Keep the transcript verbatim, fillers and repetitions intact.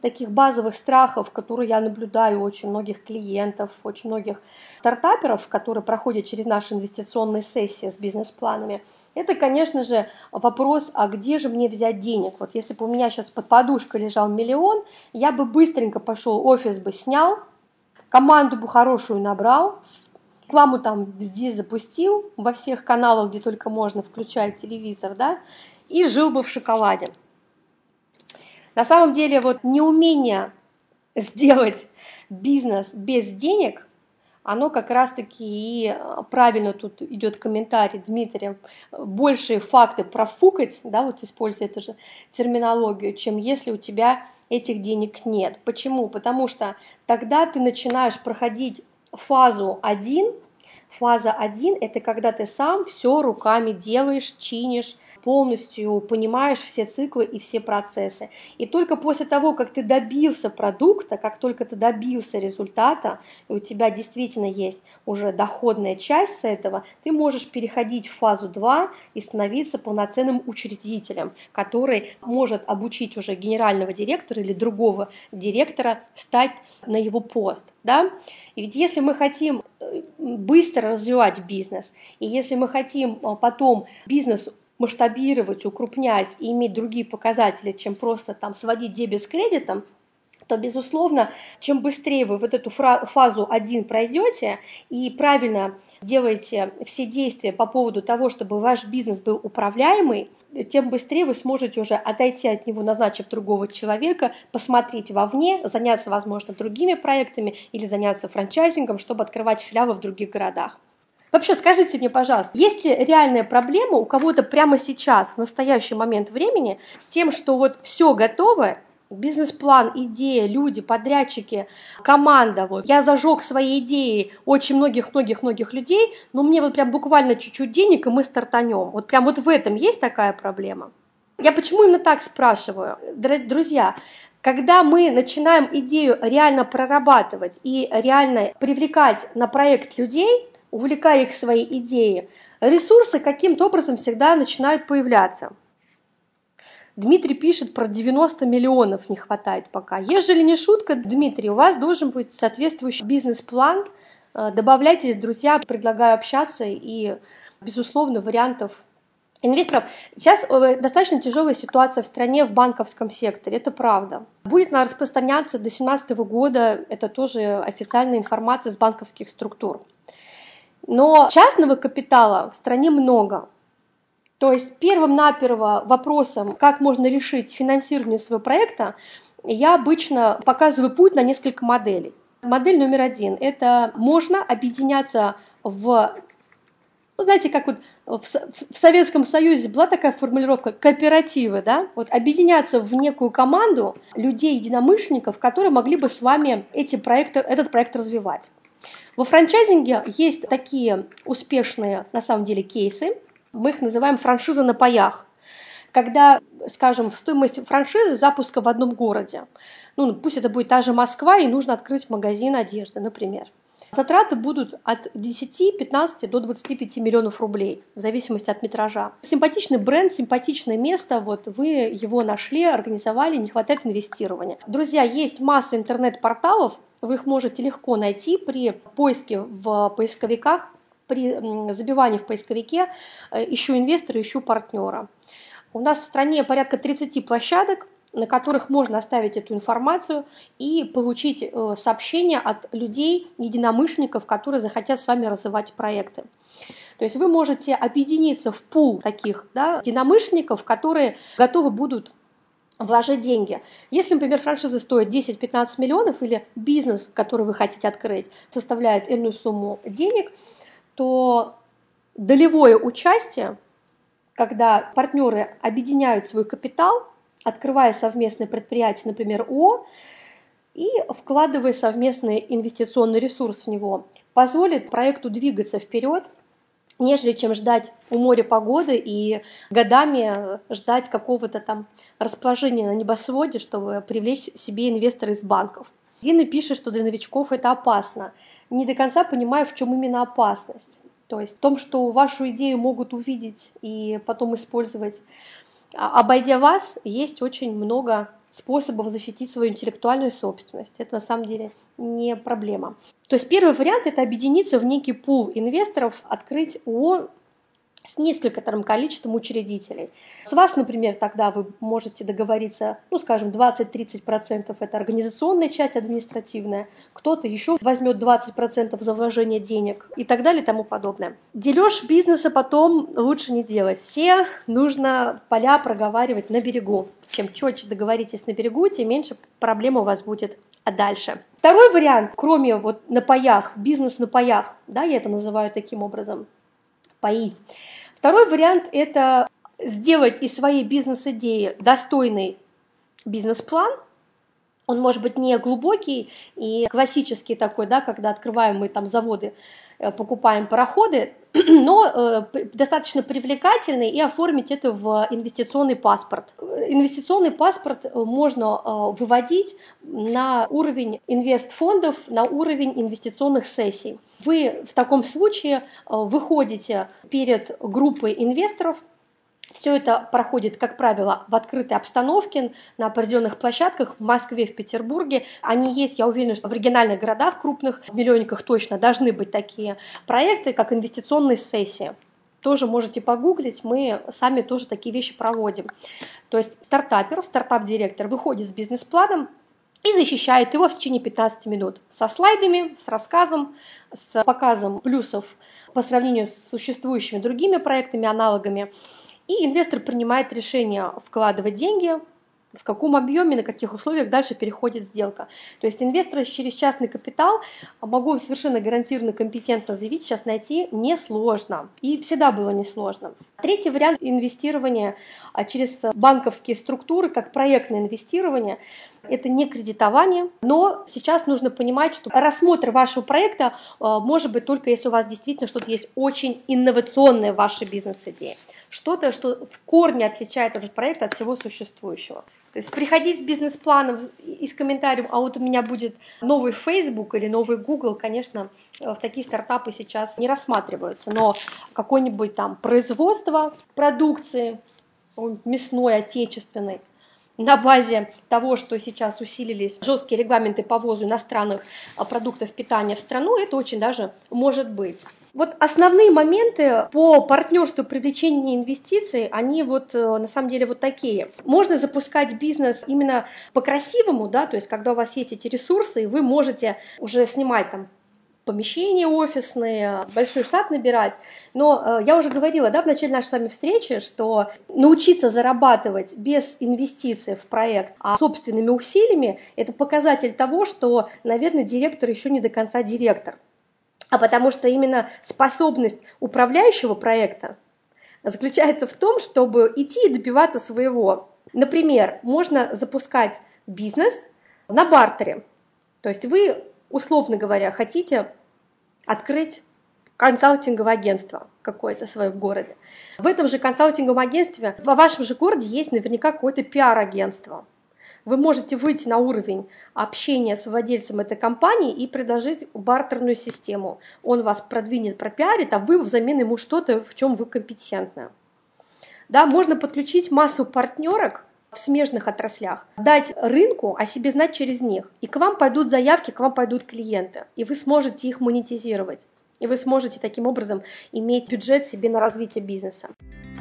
таких базовых страхов, которые я наблюдаю у очень многих клиентов, очень многих стартаперов, которые проходят через наши инвестиционные сессии с бизнес-планами, это, конечно же, вопрос, а где же мне взять денег? Вот если бы у меня сейчас под подушкой лежал миллион, я бы быстренько пошел, офис бы снял, команду бы хорошую набрал, рекламу там везде запустил, во всех каналах, где только можно, включая телевизор, да, и жил бы в шоколаде. На самом деле, вот неумение сделать бизнес без денег, оно как раз-таки и правильно тут идет комментарий Дмитрия, большие факты профукать, да, вот используя эту же терминологию, чем если у тебя этих денег нет. Почему? Потому что тогда ты начинаешь проходить фазу один. Фаза один – это когда ты сам все руками делаешь, чинишь, полностью понимаешь все циклы и все процессы. И только после того, как ты добился продукта, как только ты добился результата, и у тебя действительно есть уже доходная часть с этого, ты можешь переходить в фазу два и становиться полноценным учредителем, который может обучить уже генерального директора или другого директора стать на его пост. Да? И ведь если мы хотим быстро развивать бизнес, и если мы хотим потом бизнес масштабировать, укрупнять и иметь другие показатели, чем просто там сводить дебет с кредитом, то, безусловно, чем быстрее вы вот эту фазу один пройдете и правильно делаете все действия по поводу того, чтобы ваш бизнес был управляемый, тем быстрее вы сможете уже отойти от него, назначив другого человека, посмотреть вовне, заняться, возможно, другими проектами или заняться франчайзингом, чтобы открывать филиалы в других городах. Вообще, скажите мне, пожалуйста, есть ли реальная проблема у кого-то прямо сейчас, в настоящий момент времени, с тем, что вот все готово, бизнес-план, идея, люди, подрядчики, команда, вот, я зажег своей идеей очень многих-многих-многих людей, но мне вот прям буквально чуть-чуть денег, и мы стартанем. Вот прям вот в этом есть такая проблема? Я почему именно так спрашиваю? Друзья, когда мы начинаем идею реально прорабатывать и реально привлекать на проект людей, увлекая их в свои идеи, ресурсы каким-то образом всегда начинают появляться. Дмитрий пишет, про девяносто миллионов не хватает пока. Ежели не шутка, Дмитрий, у вас должен быть соответствующий бизнес-план. Добавляйтесь, друзья, предлагаю общаться и, безусловно, вариантов инвесторов. Сейчас достаточно тяжелая ситуация в стране в банковском секторе, это правда. Будет она распространяться до две тысячи семнадцатого года, это тоже официальная информация с банковских структур. Но частного капитала в стране много. То есть первым-наперво вопросом, как можно решить финансирование своего проекта, я обычно показываю путь на несколько моделей. Модель номер один – это можно объединяться в, ну, знаете, как вот в, в Советском Союзе была такая формулировка кооперативы, да? Вот объединяться в некую команду людей-единомышленников, которые могли бы с вами эти проекты, этот проект развивать. Во франчайзинге есть такие успешные, на самом деле, кейсы. Мы их называем франшиза на паях. Когда, скажем, стоимость франшизы запуска в одном городе, ну, пусть это будет та же Москва, и нужно открыть магазин одежды, например. Затраты будут от десяти, пятнадцати до двадцати пяти миллионов рублей, в зависимости от метража. Симпатичный бренд, симпатичное место, вот вы его нашли, организовали, не хватает инвестирования. Друзья, есть масса интернет-порталов, вы их можете легко найти при поиске в поисковиках, при забивании в поисковике «ищу инвестора, ищу партнера». У нас в стране порядка тридцати площадок, на которых можно оставить эту информацию и получить сообщения от людей, единомышленников, которые захотят с вами развивать проекты. То есть вы можете объединиться в пул таких, да, единомышленников, которые готовы будут вложить деньги. Если, например, франшиза стоит десять-пятнадцать миллионов или бизнес, который вы хотите открыть, составляет иную сумму денег, то долевое участие, когда партнеры объединяют свой капитал, открывая совместное предприятие, например, ООО, и вкладывая совместный инвестиционный ресурс в него, позволит проекту двигаться вперед, нежели чем ждать у моря погоды и годами ждать какого-то там расположения на небосводе, чтобы привлечь себе инвестора из банков. Дина пишет, что для новичков это опасно. Не до конца понимаю, в чем именно опасность. То есть в том, что вашу идею могут увидеть и потом использовать. Обойдя вас, есть очень много способов защитить свою интеллектуальную собственность. Это на самом деле не проблема. То есть первый вариант – это объединиться в некий пул инвесторов, открыть ООО с нескольким количеством учредителей. С вас, например, тогда вы можете договориться, ну, скажем, двадцать-тридцать процентов это организационная часть, административная, кто-то еще возьмет двадцать процентов за вложение денег и так далее и тому подобное. Дележ бизнеса потом лучше не делать. Все нужно поля проговаривать на берегу. Чем четче договоритесь на берегу, тем меньше проблем у вас будет а дальше. Второй вариант, кроме вот на паях, бизнес на паях, да, я это называю таким образом, паи. Второй вариант – это сделать из своей бизнес-идеи достойный бизнес-план. Он может быть не глубокий и классический такой, да, когда открываем мы там заводы, покупаем пароходы, но э, достаточно привлекательный, и оформить это в инвестиционный паспорт. Инвестиционный паспорт можно э, выводить на уровень инвестфондов, на уровень инвестиционных сессий. Вы в таком случае э, выходите перед группой инвесторов. Все это проходит, как правило, в открытой обстановке, на определенных площадках в Москве, в Петербурге. Они есть, я уверена, что в региональных городах крупных, в миллионниках точно должны быть такие проекты, как инвестиционные сессии. Тоже можете погуглить, мы сами тоже такие вещи проводим. То есть стартапер, стартап-директор выходит с бизнес-планом и защищает его в течение пятнадцати минут со слайдами, с рассказом, с показом плюсов по сравнению с существующими другими проектами, аналогами. И инвестор принимает решение вкладывать деньги, в каком объеме, на каких условиях дальше переходит сделка. То есть инвестора через частный капитал, могу совершенно гарантированно компетентно заявить, сейчас найти несложно. И всегда было несложно. Третий вариант инвестирования через банковские структуры, как проектное инвестирование. Это не кредитование, но сейчас нужно понимать, что рассмотр вашего проекта может быть только если у вас действительно что-то есть очень инновационное в вашей бизнес-идее. Что-то, что в корне отличает этот проект от всего существующего. То есть приходить с бизнес-планом и с комментарием, а вот у меня будет новый Facebook или новый Google, конечно, в такие стартапы сейчас не рассматриваются, но какое-нибудь там производство продукции, мясной, отечественной, на базе того, что сейчас усилились жесткие регламенты по ввозу иностранных продуктов питания в страну, это очень даже может быть. Вот основные моменты по партнерству, привлечению инвестиций, они вот на самом деле вот такие. Можно запускать бизнес именно по-красивому, да, то есть когда у вас есть эти ресурсы, и вы можете уже снимать там помещения офисные, большой штат набирать. Но э, я уже говорила, да, в начале нашей с вами встречи, что научиться зарабатывать без инвестиций в проект, а собственными усилиями, это показатель того, что, наверное, директор еще не до конца директор. А потому что именно способность управляющего проекта заключается в том, чтобы идти и добиваться своего. Например, можно запускать бизнес на бартере. То есть вы, условно говоря, хотите открыть консалтинговое агентство какое-то свое в городе. В этом же консалтинговом агентстве, в вашем же городе есть наверняка какое-то пиар-агентство. Вы можете выйти на уровень общения с владельцем этой компании и предложить бартерную систему. Он вас продвинет, пропиарит, а вы взамен ему что-то, в чем вы компетентны. Да, можно подключить массу партнерок в смежных отраслях, дать рынку о себе знать через них. И к вам пойдут заявки, к вам пойдут клиенты. И вы сможете их монетизировать. И вы сможете таким образом иметь бюджет себе на развитие бизнеса.